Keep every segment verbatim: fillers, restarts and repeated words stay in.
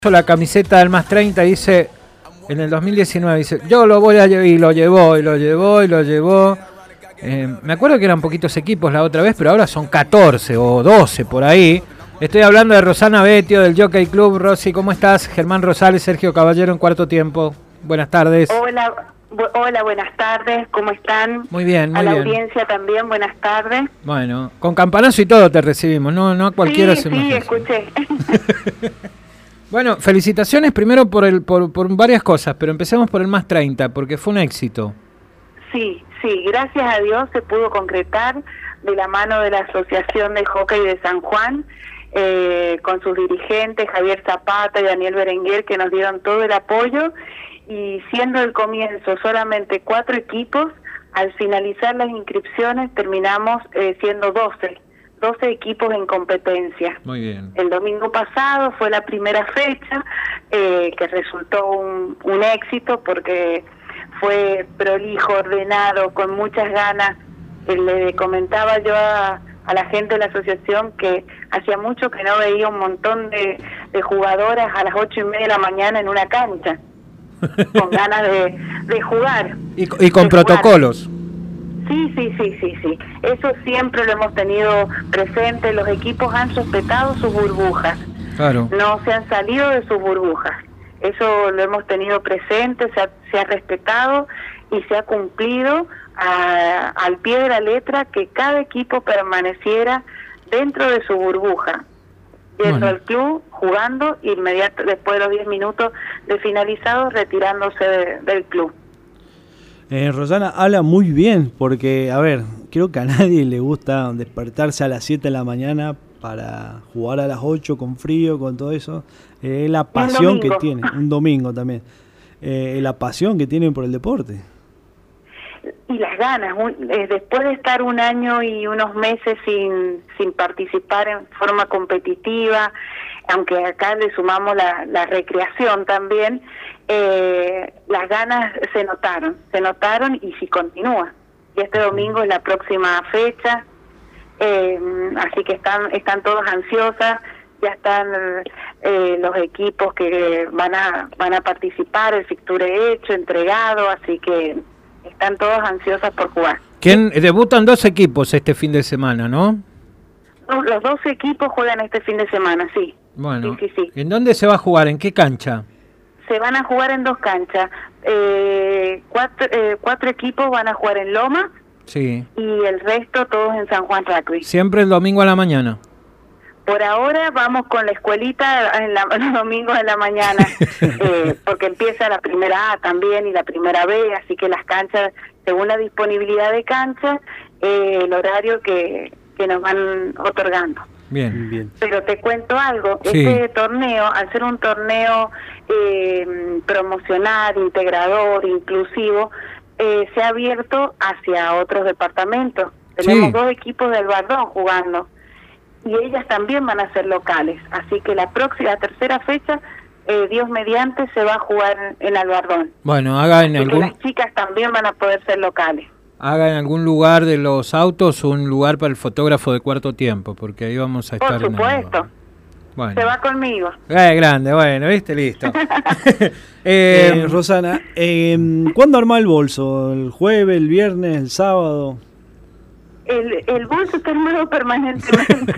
La camiseta del más treinta dice, en el dos mil diecinueve dice, yo lo voy a llevar, y lo llevó, y lo llevó, y lo llevó. Eh, me acuerdo que eran poquitos equipos la otra vez, pero ahora son catorce o doce por ahí. Estoy hablando de Rosana Betio, del Jockey Club. Rosy, ¿cómo estás? Germán Rosales, Sergio Caballero en cuarto tiempo. Buenas tardes. Hola, bu hola, buenas tardes, ¿cómo están? Muy bien, muy a la bien. audiencia también, buenas tardes. Bueno, con campanazo y todo te recibimos, no, no a cualquiera sí, se Sí, me escuché. Bueno, felicitaciones primero por el por, por varias cosas, pero empecemos por el más treinta, porque fue un éxito. Sí, sí, gracias a Dios se pudo concretar de la mano de la Asociación de Hockey de San Juan, eh, con sus dirigentes Javier Zapata y Daniel Berenguer, que nos dieron todo el apoyo, y siendo el comienzo solamente cuatro equipos, al finalizar las inscripciones terminamos eh, siendo doce. doce equipos en competencia. Muy bien. El domingo pasado fue la primera fecha, eh, que resultó un, un éxito porque fue prolijo, ordenado, con muchas ganas. Eh, le comentaba yo a, a la gente de la asociación que hacía mucho que no veía un montón de, de jugadoras a las ocho y media de la mañana en una cancha, con ganas de, de jugar. Y, y con protocolos. Jugar. Sí, sí, sí, sí, sí. Eso siempre lo hemos tenido presente. Los equipos han respetado sus burbujas. Claro. No se han salido de sus burbujas. Eso lo hemos tenido presente, se ha, se ha respetado y se ha cumplido a, al pie de la letra que cada equipo permaneciera dentro de su burbuja, yendo bueno. al club, jugando, inmediato después de los diez minutos de finalizado, retirándose de, del club. Eh, Rosana habla muy bien porque, a ver, creo que a nadie le gusta despertarse a las siete de la mañana para jugar a las ocho con frío, con todo eso. Es eh, la pasión que tiene, un domingo también, eh, la pasión que tienen por el deporte. Y las ganas, un, eh, después de estar un año y unos meses sin, sin participar en forma competitiva, aunque acá le sumamos la, la recreación también, eh, las ganas se notaron, se notaron y si continúa. Y este domingo es la próxima fecha, eh, así que están están todos ansiosas, ya están eh, los equipos que van a van a participar, el fixture hecho, entregado, así que están todos ansiosas por jugar. ¿Quién debutan dos equipos este fin de semana, no? Los dos equipos juegan este fin de semana, sí. Bueno, sí, sí, sí. ¿En dónde se va a jugar? ¿En qué cancha? Se van a jugar en dos canchas. Eh, cuatro, eh, cuatro equipos van a jugar en Loma. Sí. Y el resto todos en San Juan Rugby. Siempre el domingo a la mañana. Por ahora vamos con la escuelita en la, los domingos de la mañana, eh, porque empieza la primera A también y la primera B, así que las canchas, según la disponibilidad de canchas, eh, el horario que, que nos van otorgando. Bien, bien. Pero te cuento algo, sí. Este torneo, al ser un torneo eh, promocional, integrador, inclusivo, eh, se ha abierto hacia otros departamentos. Tenemos sí. dos equipos del Bardón jugando y ellas también van a ser locales, así que la próxima, la tercera fecha, eh, Dios mediante, se va a jugar en Albardón. Bueno, haga en algún... Las chicas también van a poder ser locales. Haga en algún lugar de los autos un lugar para el fotógrafo de cuarto tiempo, porque ahí vamos a estar. Por supuesto. En el... Bueno. Se va conmigo. Eh, grande, bueno, viste, listo. eh, eh, Rosana, eh, ¿cuándo armás el bolso? ¿El jueves, el viernes, el sábado? El, el bolso está armado permanentemente.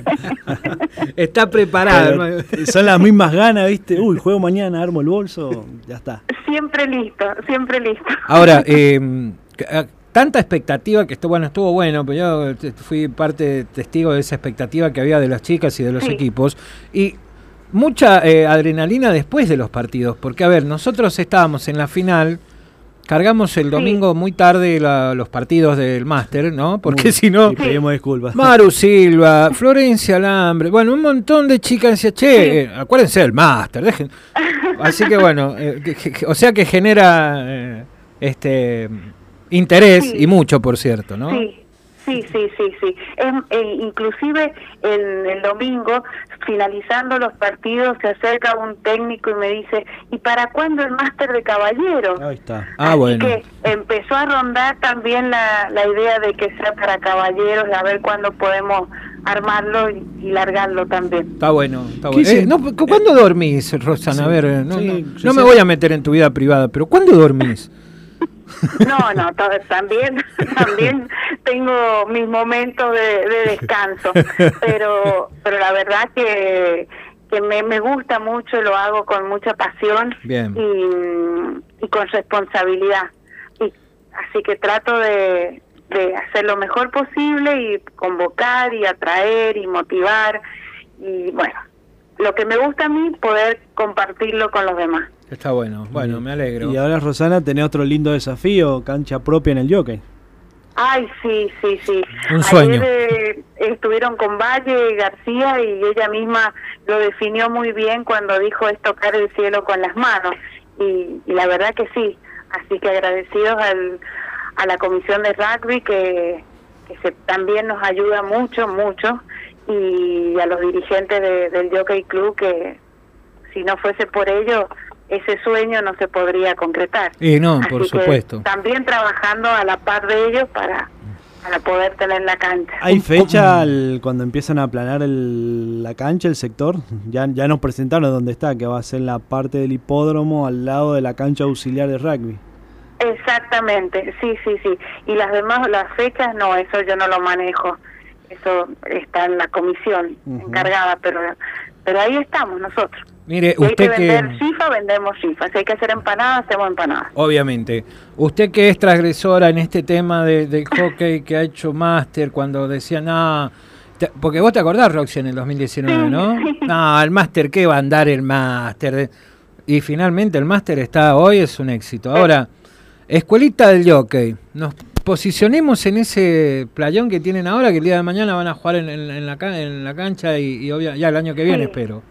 Está preparado. Son las mismas ganas, ¿viste? Uy, juego mañana, armo el bolso, ya está. Siempre listo, siempre listo. Ahora, eh, tanta expectativa que esto, bueno, estuvo bueno, pero yo fui parte testigo de esa expectativa que había de las chicas y de los sí. equipos. Y mucha eh, adrenalina después de los partidos, porque, a ver, nosotros estábamos en la final... Cargamos el domingo sí. muy tarde la, los partidos del máster, ¿no? Porque si no... Y pedimos disculpas. Maru Silva, Florencia Alambre, bueno, un montón de chicas decían, che, sí. eh, acuérdense del máster, dejen. Así que bueno, eh, que, que, o sea que genera eh, este interés, sí. y mucho, por cierto, ¿no? Sí, Sí, sí, sí, sí. Es, eh, inclusive el, el domingo, finalizando los partidos, se acerca un técnico y me dice, ¿y para cuándo el máster de caballeros? Ahí está. Ah, Así bueno. que empezó a rondar también la, la idea de que sea para caballeros, de a ver cuándo podemos armarlo y, y largarlo también. Está bueno, está ¿Qué bueno. se- Eh, no, ¿cu- ¿Cuándo dormís, Rosana? Sí, a ver, no, sí, no, sí, no me sí. voy a meter en tu vida privada, pero ¿cuándo dormís? No, no, to- también, también tengo mis momentos de, de descanso, pero, pero la verdad que, que me, me gusta mucho, lo hago con mucha pasión Bien. y, y con responsabilidad. Y así que trato de, de hacer lo mejor posible y convocar y atraer y motivar y bueno, lo que me gusta a mí, poder compartirlo con los demás. Está bueno, bueno, me alegro. Y ahora, Rosana, tenés otro lindo desafío, cancha propia en el Jockey. Ay, sí, sí, sí. Un sueño. Ayer eh, estuvieron con Valle García y ella misma lo definió muy bien cuando dijo es tocar el cielo con las manos. Y, y la verdad que sí. Así que agradecidos al, a la comisión de rugby que, que se, también nos ayuda mucho, mucho. Y a los dirigentes de, del Jockey Club que si no fuese por ellos ese sueño no se podría concretar. Y no, Así por que supuesto. también trabajando a la par de ellos para, para poder tener la cancha. ¿Hay fecha al- cuando empiezan a aplanar el- la cancha, el sector? Ya, ya nos presentaron dónde está, que va a ser la parte del hipódromo al lado de la cancha auxiliar de rugby. Exactamente, sí, sí, sí. Y las demás, las fechas, no, eso yo no lo manejo. Eso está en la comisión Ujú. encargada, pero pero ahí estamos nosotros. Mire, Si hay que usted vender que... chifa, vendemos chifa. Si hay que hacer empanadas, hacemos empanadas. Obviamente. Usted que es transgresora en este tema de, del hockey, que ha hecho máster, cuando decían, no, te- porque vos te acordás, Roxy, en el dos mil diecinueve, Sí, ¿no? sí. No, el máster, ¿qué va a andar el máster? De- Y finalmente el máster está hoy, es un éxito. Ahora, escuelita del jockey, nos posicionemos en ese playón que tienen ahora, que el día de mañana van a jugar en, en- en la, ca- en la cancha y, y obvia- ya el año que viene, Sí. espero.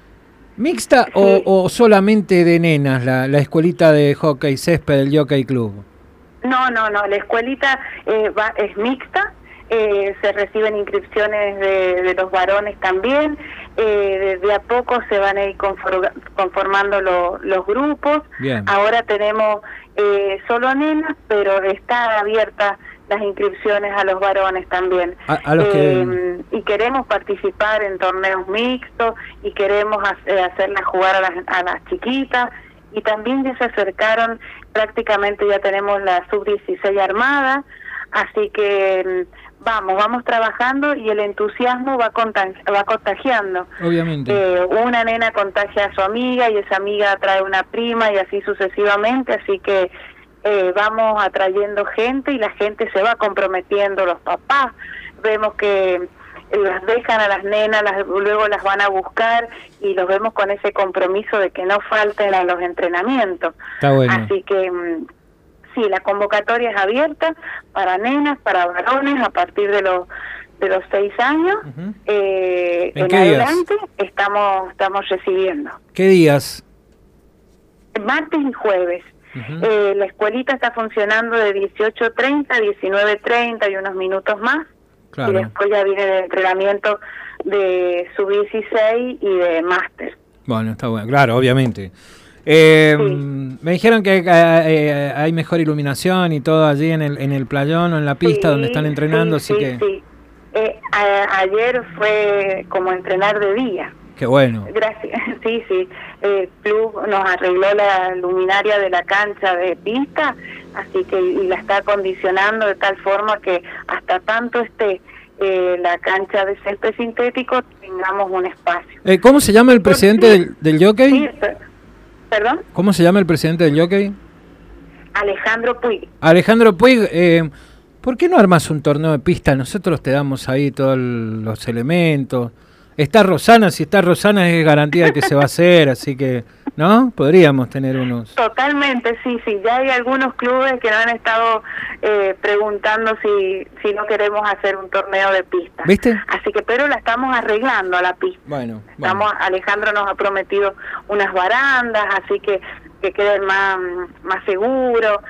¿Mixta Sí. o, o solamente de nenas la, la escuelita de hockey césped del Jockey Club? No, no, no. La escuelita eh, va, es mixta. Eh, se reciben inscripciones de, de los varones también. Eh, de, de a poco se van a ir confor- conformando lo- los grupos. Bien. Ahora tenemos eh, solo nenas, pero está abierta las inscripciones a los varones también. A, a los que... Eh, y queremos participar en torneos mixtos y queremos hacer, hacerlas jugar a las, a las chiquitas. Y también ya se acercaron, prácticamente ya tenemos la sub dieciséis armada, así que mm, vamos, vamos trabajando y el entusiasmo va, contagi- va contagiando. Obviamente. Eh, una nena contagia a su amiga y esa amiga trae una prima y así sucesivamente, así que eh, vamos atrayendo gente y la gente se va comprometiendo, los papás, vemos que las dejan a las nenas, las, luego las van a buscar y los vemos con ese compromiso de que no falten a los entrenamientos. Está bueno. Así que mm, sí, la convocatoria es abierta para nenas, para varones a partir de los de los seis años. Ujú. eh, ¿En en qué días? adelante estamos estamos recibiendo. ¿Qué días? Martes y jueves. Ujú. Eh, la escuelita está funcionando de dieciocho treinta a diecinueve treinta y unos minutos más. Y Claro. después ya viene el entrenamiento de sub dieciséis y de máster. Bueno, está bueno. Claro, obviamente. Eh, Sí. Me dijeron que eh, hay mejor iluminación y todo allí en el, en el playón o en la pista Sí, donde están entrenando, sí, así sí, que... sí. Eh, a- ayer fue como entrenar de día. Qué bueno. Gracias, sí, sí. El club nos arregló la luminaria de la cancha de pista, así que y la está acondicionando de tal forma que hasta tanto esté eh, la cancha de césped sintético tengamos un espacio. Eh, ¿Cómo se llama el Por presidente sí. del, del jockey? Sí, per- perdón, ¿Cómo se llama el presidente del jockey? Alejandro Puig. Alejandro Puig, eh, ¿por qué no armas un torneo de pista? Nosotros te damos ahí todos los elementos. Está Rosana, si está Rosana es garantía de que se va a hacer, así que, ¿no? Podríamos tener unos... Totalmente, sí, sí. Ya hay algunos clubes que nos han estado eh, preguntando si si no queremos hacer un torneo de pista. ¿Viste? Así que, pero la estamos arreglando a la pista. Bueno, Estamos, bueno. Alejandro nos ha prometido unas barandas, así que que quede más más seguro.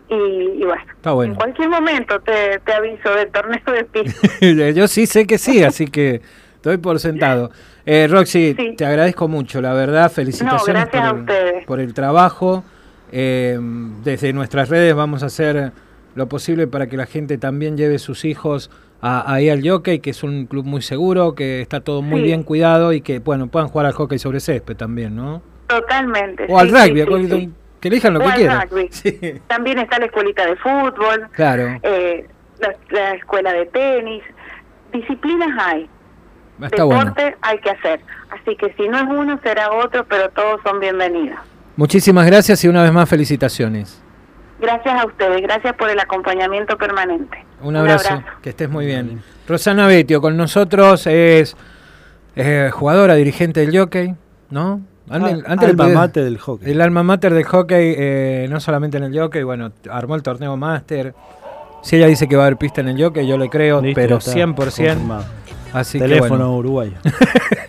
Y, y bueno, Está bueno. en cualquier momento te, te aviso del torneo de pista. Yo sí sé que sí, así que estoy por sentado. Eh, Roxy, Sí. te agradezco mucho, la verdad, felicitaciones No, gracias a por, el, ustedes. por el trabajo. Eh, desde nuestras redes vamos a hacer lo posible para que la gente también lleve sus hijos a, ahí al Jockey, que es un club muy seguro, que está todo muy Sí. bien cuidado y que bueno puedan jugar al hockey sobre césped también, ¿no? Totalmente. O al sí, rugby, sí, a cualquier- sí, sí. que elijan lo O que al quieran. rugby. Sí. También está la escuelita de fútbol, Claro, eh, la, la escuela de tenis. Disciplinas hay. está bueno. Deporte hay que hacer. Así que si no es uno, será otro, pero todos son bienvenidos. Muchísimas gracias y una vez más felicitaciones. Gracias a ustedes, gracias por el acompañamiento permanente. Un abrazo, que estés muy bien. Rosana Betio con nosotros es eh, jugadora, dirigente del Jockey, ¿no? Antes, Ah, antes alma le- mater del hockey. El alma mater del hockey, eh, no solamente en el Jockey, bueno, armó el torneo máster. Si ella dice que va a haber pista en el Jockey, yo le creo, Listo, pero ya está, cien por ciento. confirmado. Así Teléfono que bueno. uruguayo.